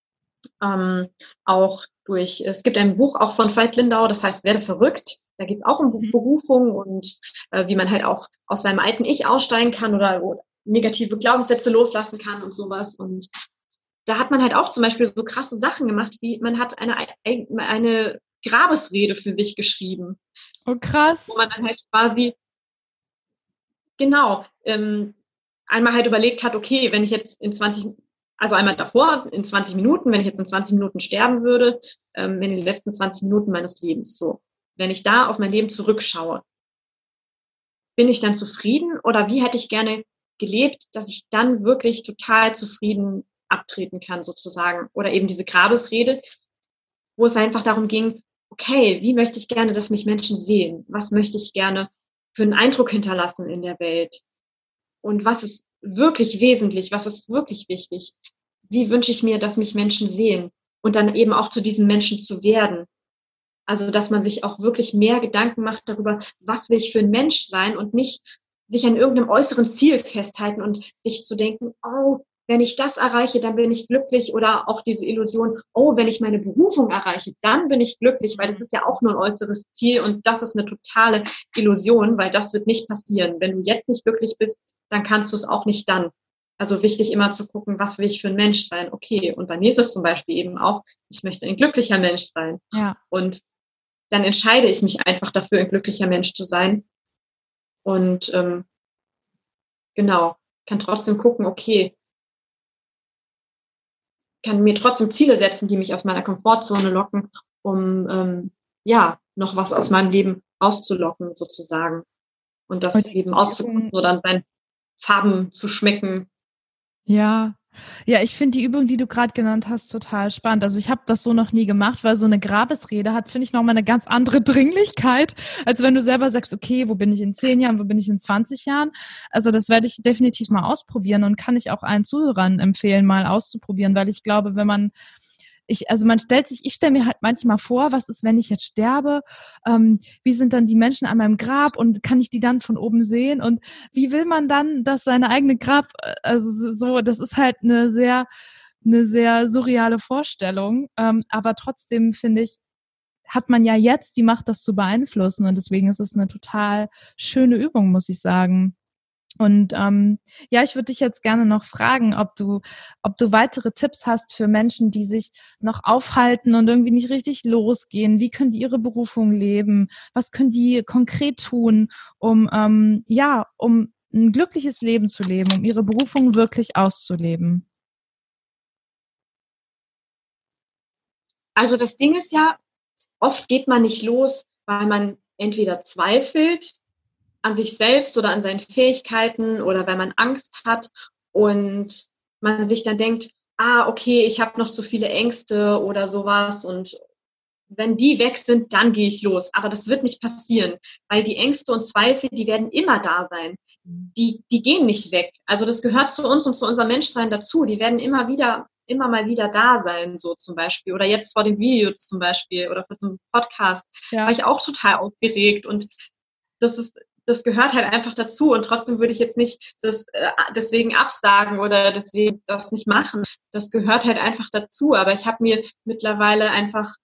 auch es gibt ein Buch auch von Veit Lindau, das heißt Werde verrückt. Da geht es auch um Berufung und wie man halt auch aus seinem alten Ich aussteigen kann oder negative Glaubenssätze loslassen kann und sowas. Und da hat man halt auch zum Beispiel so krasse Sachen gemacht, wie man hat eine Grabesrede für sich geschrieben. Oh, krass. Wo man dann halt quasi, genau, einmal halt überlegt hat, okay, wenn ich jetzt also einmal davor, in 20 Minuten, wenn ich jetzt in 20 Minuten sterben würde, in den letzten 20 Minuten meines Lebens, so. Wenn ich da auf mein Leben zurückschaue, bin ich dann zufrieden oder wie hätte ich gerne gelebt, dass ich dann wirklich total zufrieden abtreten kann, sozusagen. Oder eben diese Grabesrede, wo es einfach darum ging, okay, wie möchte ich gerne, dass mich Menschen sehen? Was möchte ich gerne für einen Eindruck hinterlassen in der Welt? Und was ist wirklich wesentlich? Was ist wirklich wichtig? Wie wünsche ich mir, dass mich Menschen sehen? Und dann eben auch zu diesen Menschen zu werden. Also, dass man sich auch wirklich mehr Gedanken macht darüber, was will ich für ein Mensch sein und nicht sich an irgendeinem äußeren Ziel festhalten und sich zu denken, oh, wenn ich das erreiche, dann bin ich glücklich oder auch diese Illusion, oh, wenn ich meine Berufung erreiche, dann bin ich glücklich, weil das ist ja auch nur ein äußeres Ziel und das ist eine totale Illusion, weil das wird nicht passieren. Wenn du jetzt nicht glücklich bist, dann kannst du es auch nicht dann. Also wichtig immer zu gucken, was will ich für ein Mensch sein? Okay, und bei mir ist es zum Beispiel eben auch, ich möchte ein glücklicher Mensch sein. Ja. Und dann entscheide ich mich einfach dafür, ein glücklicher Mensch zu sein. Und genau, kann trotzdem gucken, okay, kann mir trotzdem Ziele setzen, die mich aus meiner Komfortzone locken, um noch was aus meinem Leben rauszulocken, sozusagen. Und das eben auszuprobieren oder an seinen Farben zu schmecken. Ja. Ja, ich finde die Übung, die du gerade genannt hast, total spannend. Also ich habe das so noch nie gemacht, weil so eine Grabesrede hat, finde ich, nochmal eine ganz andere Dringlichkeit, als wenn du selber sagst, okay, wo bin ich in 10 Jahren, wo bin ich in 20 Jahren? Also das werde ich definitiv mal ausprobieren und kann ich auch allen Zuhörern empfehlen, mal auszuprobieren, weil ich glaube, ich stelle mir halt manchmal vor, was ist, wenn ich jetzt sterbe? Wie sind dann die Menschen an meinem Grab und kann ich die dann von oben sehen? Und wie will man dann, dass seine eigene Grab, also so, das ist halt eine sehr surreale Vorstellung. Aber trotzdem finde ich, hat man ja jetzt die Macht, das zu beeinflussen und deswegen ist es eine total schöne Übung, muss ich sagen. Und ich würde dich jetzt gerne noch fragen, ob du weitere Tipps hast für Menschen, die sich noch aufhalten und irgendwie nicht richtig losgehen. Wie können die ihre Berufung leben? Was können die konkret tun, um um ein glückliches Leben zu leben, um ihre Berufung wirklich auszuleben? Also das Ding ist ja, oft geht man nicht los, weil man entweder zweifelt an sich selbst oder an seinen Fähigkeiten oder weil man Angst hat und man sich dann denkt, okay, ich habe noch zu viele Ängste oder sowas und wenn die weg sind, dann gehe ich los. Aber das wird nicht passieren, weil die Ängste und Zweifel, die werden immer da sein. Die gehen nicht weg. Also das gehört zu uns und zu unserem Menschsein dazu. Die werden immer mal wieder da sein, so zum Beispiel. Oder jetzt vor dem Video zum Beispiel oder vor dem Podcast war ich auch total aufgeregt und das gehört halt einfach dazu und trotzdem würde ich jetzt nicht das deswegen absagen oder deswegen das nicht machen. Das gehört halt einfach dazu. Aber ich habe mir mittlerweile einfach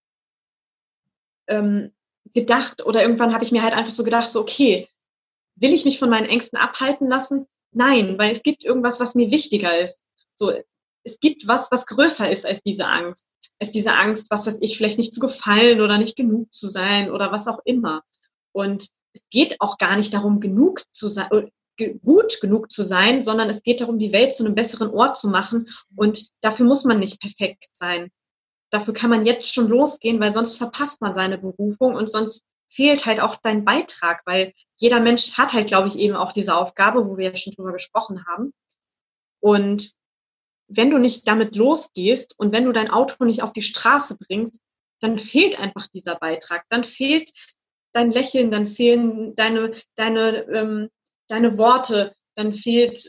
gedacht oder irgendwann habe ich mir halt einfach so gedacht, so okay, will ich mich von meinen Ängsten abhalten lassen? Nein, weil es gibt irgendwas, was mir wichtiger ist. So, es gibt was größer ist als diese Angst. Was weiß ich, vielleicht nicht zu gefallen oder nicht genug zu sein oder was auch immer. Und es geht auch gar nicht darum, genug zu sein, gut genug zu sein, sondern es geht darum, die Welt zu einem besseren Ort zu machen. Und dafür muss man nicht perfekt sein. Dafür kann man jetzt schon losgehen, weil sonst verpasst man seine Berufung und sonst fehlt halt auch dein Beitrag, weil jeder Mensch hat halt, glaube ich, eben auch diese Aufgabe, wo wir ja schon drüber gesprochen haben. Und wenn du nicht damit losgehst und wenn du dein Auto nicht auf die Straße bringst, dann fehlt einfach dieser Beitrag. Dann fehlt dein Lächeln, dann fehlen deine Worte, dann fehlt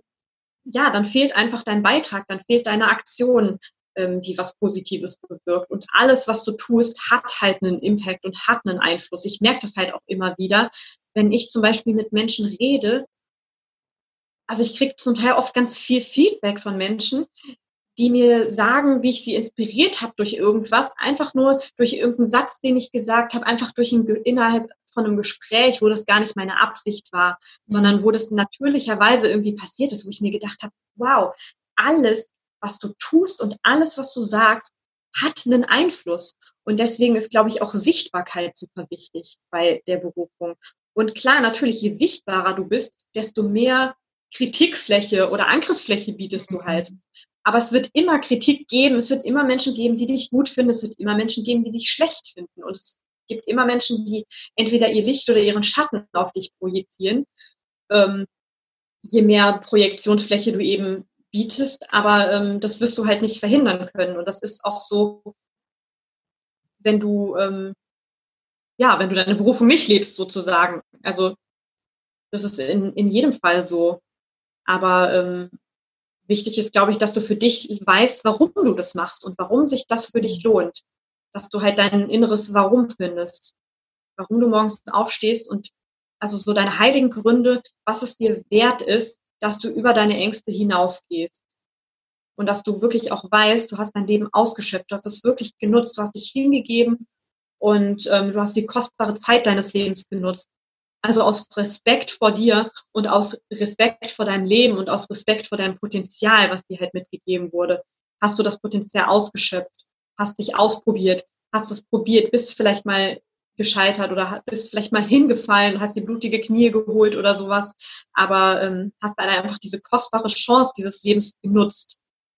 einfach dein Beitrag, dann fehlt deine Aktion, die was Positives bewirkt. Und alles, was du tust, hat halt einen Impact und hat einen Einfluss. Ich merke das halt auch immer wieder, wenn ich zum Beispiel mit Menschen rede. Also ich kriege zum Teil oft ganz viel Feedback von Menschen, die mir sagen, wie ich sie inspiriert habe durch irgendwas, einfach nur durch irgendeinen Satz, den ich gesagt habe, einfach innerhalb von einem Gespräch, wo das gar nicht meine Absicht war, sondern wo das natürlicherweise irgendwie passiert ist, wo ich mir gedacht habe, wow, alles, was du tust und alles, was du sagst, hat einen Einfluss. Und deswegen ist, glaube ich, auch Sichtbarkeit super wichtig bei der Berufung. Und klar, natürlich, je sichtbarer du bist, desto mehr Kritikfläche oder Angriffsfläche bietest du halt. Aber es wird immer Kritik geben, es wird immer Menschen geben, die dich gut finden, es wird immer Menschen geben, die dich schlecht finden. Und es gibt immer Menschen, die entweder ihr Licht oder ihren Schatten auf dich projizieren. Je mehr Projektionsfläche du eben bietest, aber das wirst du halt nicht verhindern können. Und das ist auch so, wenn du deine Berufung nicht lebst, sozusagen. Also das ist in jedem Fall so. Aber wichtig ist, glaube ich, dass du für dich weißt, warum du das machst und warum sich das für dich lohnt. Dass du halt dein inneres Warum findest. Warum du morgens aufstehst und also so deine heiligen Gründe, was es dir wert ist, dass du über deine Ängste hinausgehst. Und dass du wirklich auch weißt, du hast dein Leben ausgeschöpft, du hast es wirklich genutzt, du hast dich hingegeben und du hast die kostbare Zeit deines Lebens genutzt. Also aus Respekt vor dir und aus Respekt vor deinem Leben und aus Respekt vor deinem Potenzial, was dir halt mitgegeben wurde, hast du das Potenzial ausgeschöpft, hast dich ausprobiert, hast es probiert, bist vielleicht mal gescheitert oder bist vielleicht mal hingefallen, hast die blutige Knie geholt oder sowas, aber hast dann einfach diese kostbare Chance dieses Lebens genutzt.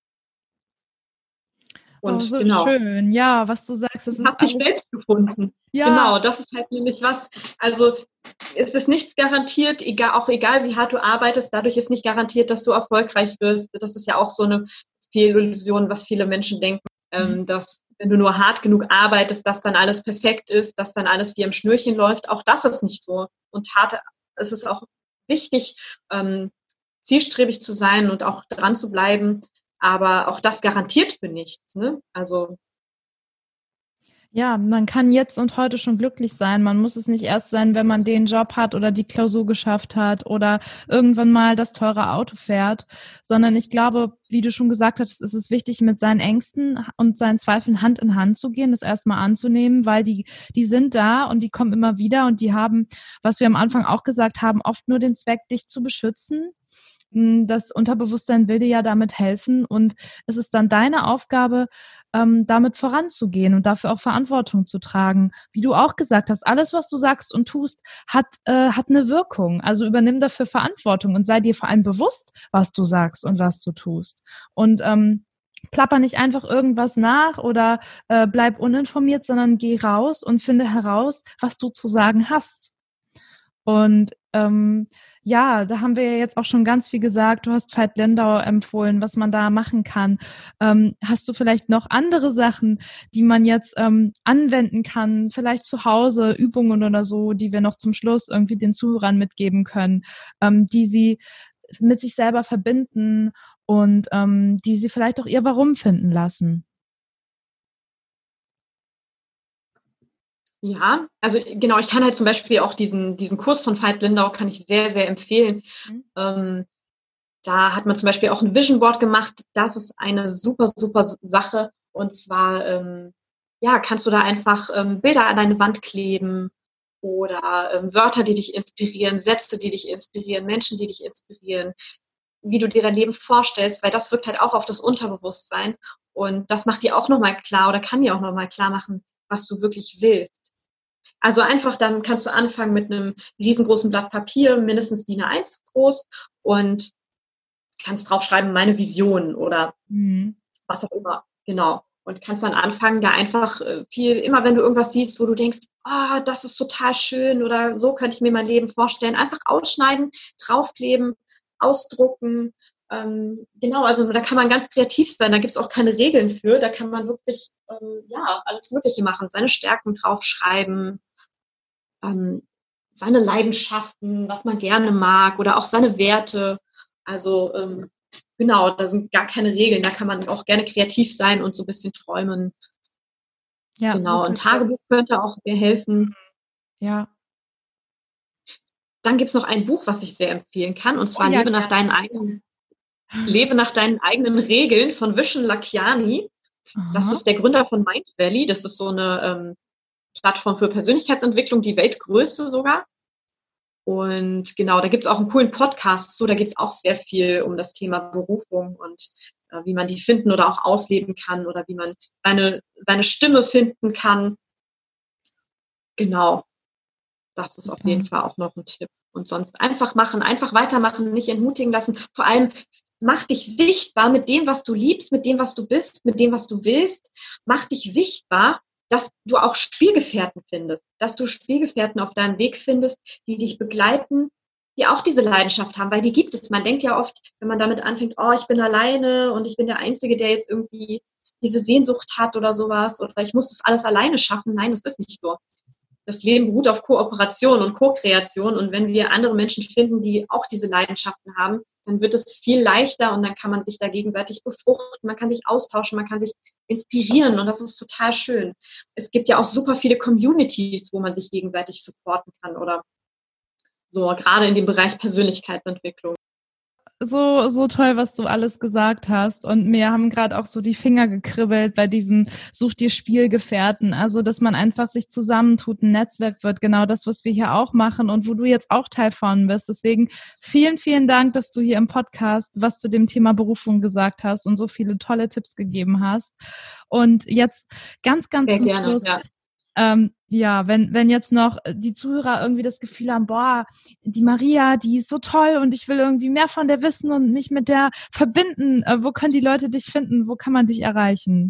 Und so genau. Schön, ja, was du sagst, das ist alles... dich selbst gefunden. Ja. Genau, das ist halt nämlich was, also es ist nichts garantiert, egal wie hart du arbeitest, dadurch ist nicht garantiert, dass du erfolgreich wirst. Das ist ja auch so eine Fehlillusion, was viele Menschen denken, dass wenn du nur hart genug arbeitest, dass dann alles perfekt ist, dass dann alles wie am Schnürchen läuft. Auch das ist nicht so. Und es ist auch wichtig, zielstrebig zu sein und auch dran zu bleiben. Aber auch das garantiert für nichts, ne? Also ja, man kann jetzt und heute schon glücklich sein. Man muss es nicht erst sein, wenn man den Job hat oder die Klausur geschafft hat oder irgendwann mal das teure Auto fährt, sondern ich glaube, wie du schon gesagt hast, ist es wichtig, mit seinen Ängsten und seinen Zweifeln Hand in Hand zu gehen, das erstmal anzunehmen, weil die sind da und die kommen immer wieder und die haben, was wir am Anfang auch gesagt haben, oft nur den Zweck, dich zu beschützen. Das Unterbewusstsein will dir ja damit helfen und es ist dann deine Aufgabe, damit voranzugehen und dafür auch Verantwortung zu tragen. Wie du auch gesagt hast, alles, was du sagst und tust, hat eine Wirkung. Also übernimm dafür Verantwortung und sei dir vor allem bewusst, was du sagst und was du tust. Und plapper nicht einfach irgendwas nach oder bleib uninformiert, sondern geh raus und finde heraus, was du zu sagen hast. Und ja, da haben wir ja jetzt auch schon ganz viel gesagt. Du hast Veit Lindau empfohlen, was man da machen kann. Hast du vielleicht noch andere Sachen, die man jetzt anwenden kann, vielleicht zu Hause, Übungen oder so, die wir noch zum Schluss irgendwie den Zuhörern mitgeben können, die sie mit sich selber verbinden und die sie vielleicht auch ihr Warum finden lassen? Ja, also genau, ich kann halt zum Beispiel auch diesen Kurs von Veit Lindau kann ich sehr, sehr empfehlen. Da hat man zum Beispiel auch ein Vision Board gemacht. Das ist eine super, super Sache. Und zwar, ja, kannst du da einfach Bilder an deine Wand kleben oder Wörter, die dich inspirieren, Sätze, die dich inspirieren, Menschen, die dich inspirieren, wie du dir dein Leben vorstellst, weil das wirkt halt auch auf das Unterbewusstsein. Und das macht dir auch nochmal klar oder kann dir auch nochmal klar machen, was du wirklich willst. Also einfach, dann kannst du anfangen mit einem riesengroßen Blatt Papier, mindestens DIN A1 groß und kannst draufschreiben, meine Vision oder was auch immer. Genau. Und kannst dann anfangen, da einfach immer wenn du irgendwas siehst, wo du denkst, das ist total schön oder so könnte ich mir mein Leben vorstellen, einfach ausschneiden, draufkleben, ausdrucken. Genau, also da kann man ganz kreativ sein, da gibt es auch keine Regeln für, da kann man wirklich alles Mögliche machen, seine Stärken draufschreiben, seine Leidenschaften, was man gerne mag oder auch seine Werte. Also genau, da sind gar keine Regeln, da kann man auch gerne kreativ sein und so ein bisschen träumen. Ja, genau, ein Tagebuch könnte auch mir helfen. Ja. Dann gibt es noch ein Buch, was ich sehr empfehlen kann, und zwar Lebe nach deinen eigenen Regeln von Vishen Lakhiani. Das ist der Gründer von Mind Valley. Das ist so eine Plattform für Persönlichkeitsentwicklung, die weltgrößte sogar. Und genau, da gibt es auch einen coolen Podcast. So, da geht es auch sehr viel um das Thema Berufung und wie man die finden oder auch ausleben kann oder wie man seine Stimme finden kann. Genau, das ist auf jeden Fall auch noch ein Tipp. Und sonst einfach machen, einfach weitermachen, nicht entmutigen lassen. Vor allem mach dich sichtbar mit dem, was du liebst, mit dem, was du bist, mit dem, was du willst. Mach dich sichtbar, dass du auch Spielgefährten findest, dass du Spielgefährten auf deinem Weg findest, die dich begleiten, die auch diese Leidenschaft haben, weil die gibt es. Man denkt ja oft, wenn man damit anfängt, ich bin alleine und ich bin der Einzige, der jetzt irgendwie diese Sehnsucht hat oder sowas oder ich muss das alles alleine schaffen. Nein, das ist nicht so. Das Leben beruht auf Kooperation und Co-Kreation und wenn wir andere Menschen finden, die auch diese Leidenschaften haben, dann wird es viel leichter und dann kann man sich da gegenseitig befruchten, man kann sich austauschen, man kann sich inspirieren und das ist total schön. Es gibt ja auch super viele Communities, wo man sich gegenseitig supporten kann oder so, gerade in dem Bereich Persönlichkeitsentwicklung. So toll, was du alles gesagt hast. Und mir haben gerade auch so die Finger gekribbelt bei diesen Such dir Spielgefährten. Also, dass man einfach sich zusammentut, ein Netzwerk wird. Genau das, was wir hier auch machen und wo du jetzt auch Teil von bist. Deswegen vielen, vielen Dank, dass du hier im Podcast was zu dem Thema Berufung gesagt hast und so viele tolle Tipps gegeben hast. Und jetzt ganz, ganz sehr zum gerne, Schluss. Ja. Wenn jetzt noch die Zuhörer irgendwie das Gefühl haben, die Maria, die ist so toll und ich will irgendwie mehr von der wissen und mich mit der verbinden. Wo können die Leute dich finden? Wo kann man dich erreichen?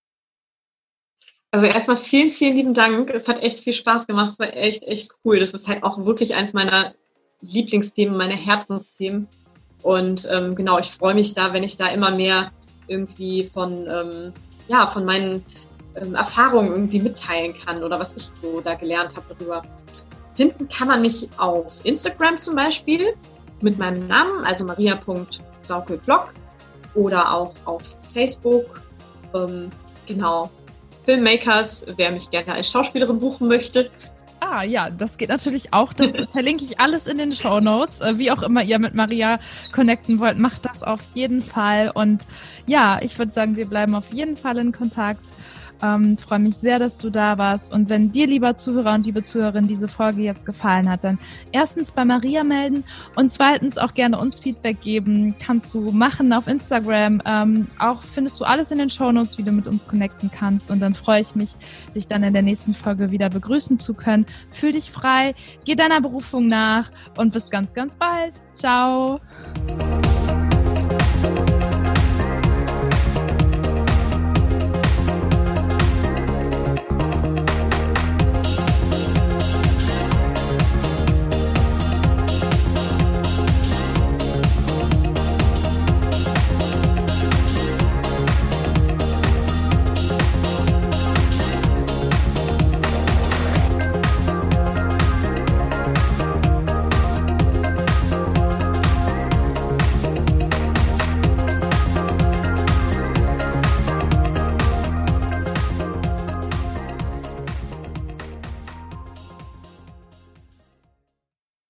Also erstmal vielen, vielen lieben Dank. Es hat echt viel Spaß gemacht. Es war echt, echt cool. Das ist halt auch wirklich eins meiner Lieblingsthemen, meine Herzensthemen. Und genau, ich freue mich da, wenn ich da immer mehr irgendwie von meinen Erfahrungen irgendwie mitteilen kann oder was ich so da gelernt habe darüber. Finden kann man mich auf Instagram zum Beispiel mit meinem Namen, also maria.saukelblog oder auch auf Facebook. Genau, Filmmakers, wer mich gerne als Schauspielerin buchen möchte. Ja, das geht natürlich auch. Das verlinke ich alles in den Shownotes. Wie auch immer ihr mit Maria connecten wollt, macht das auf jeden Fall. Und ja, ich würde sagen, wir bleiben auf jeden Fall in Kontakt. Freue mich sehr, dass du da warst. Und wenn dir, lieber Zuhörer und liebe Zuhörerin, diese Folge jetzt gefallen hat, dann erstens bei Maria melden und zweitens auch gerne uns Feedback geben. Kannst du machen auf Instagram. Auch findest du alles in den Shownotes, wie du mit uns connecten kannst. Und dann freue ich mich, dich dann in der nächsten Folge wieder begrüßen zu können. Fühl dich frei, geh deiner Berufung nach und bis ganz, ganz bald. Ciao.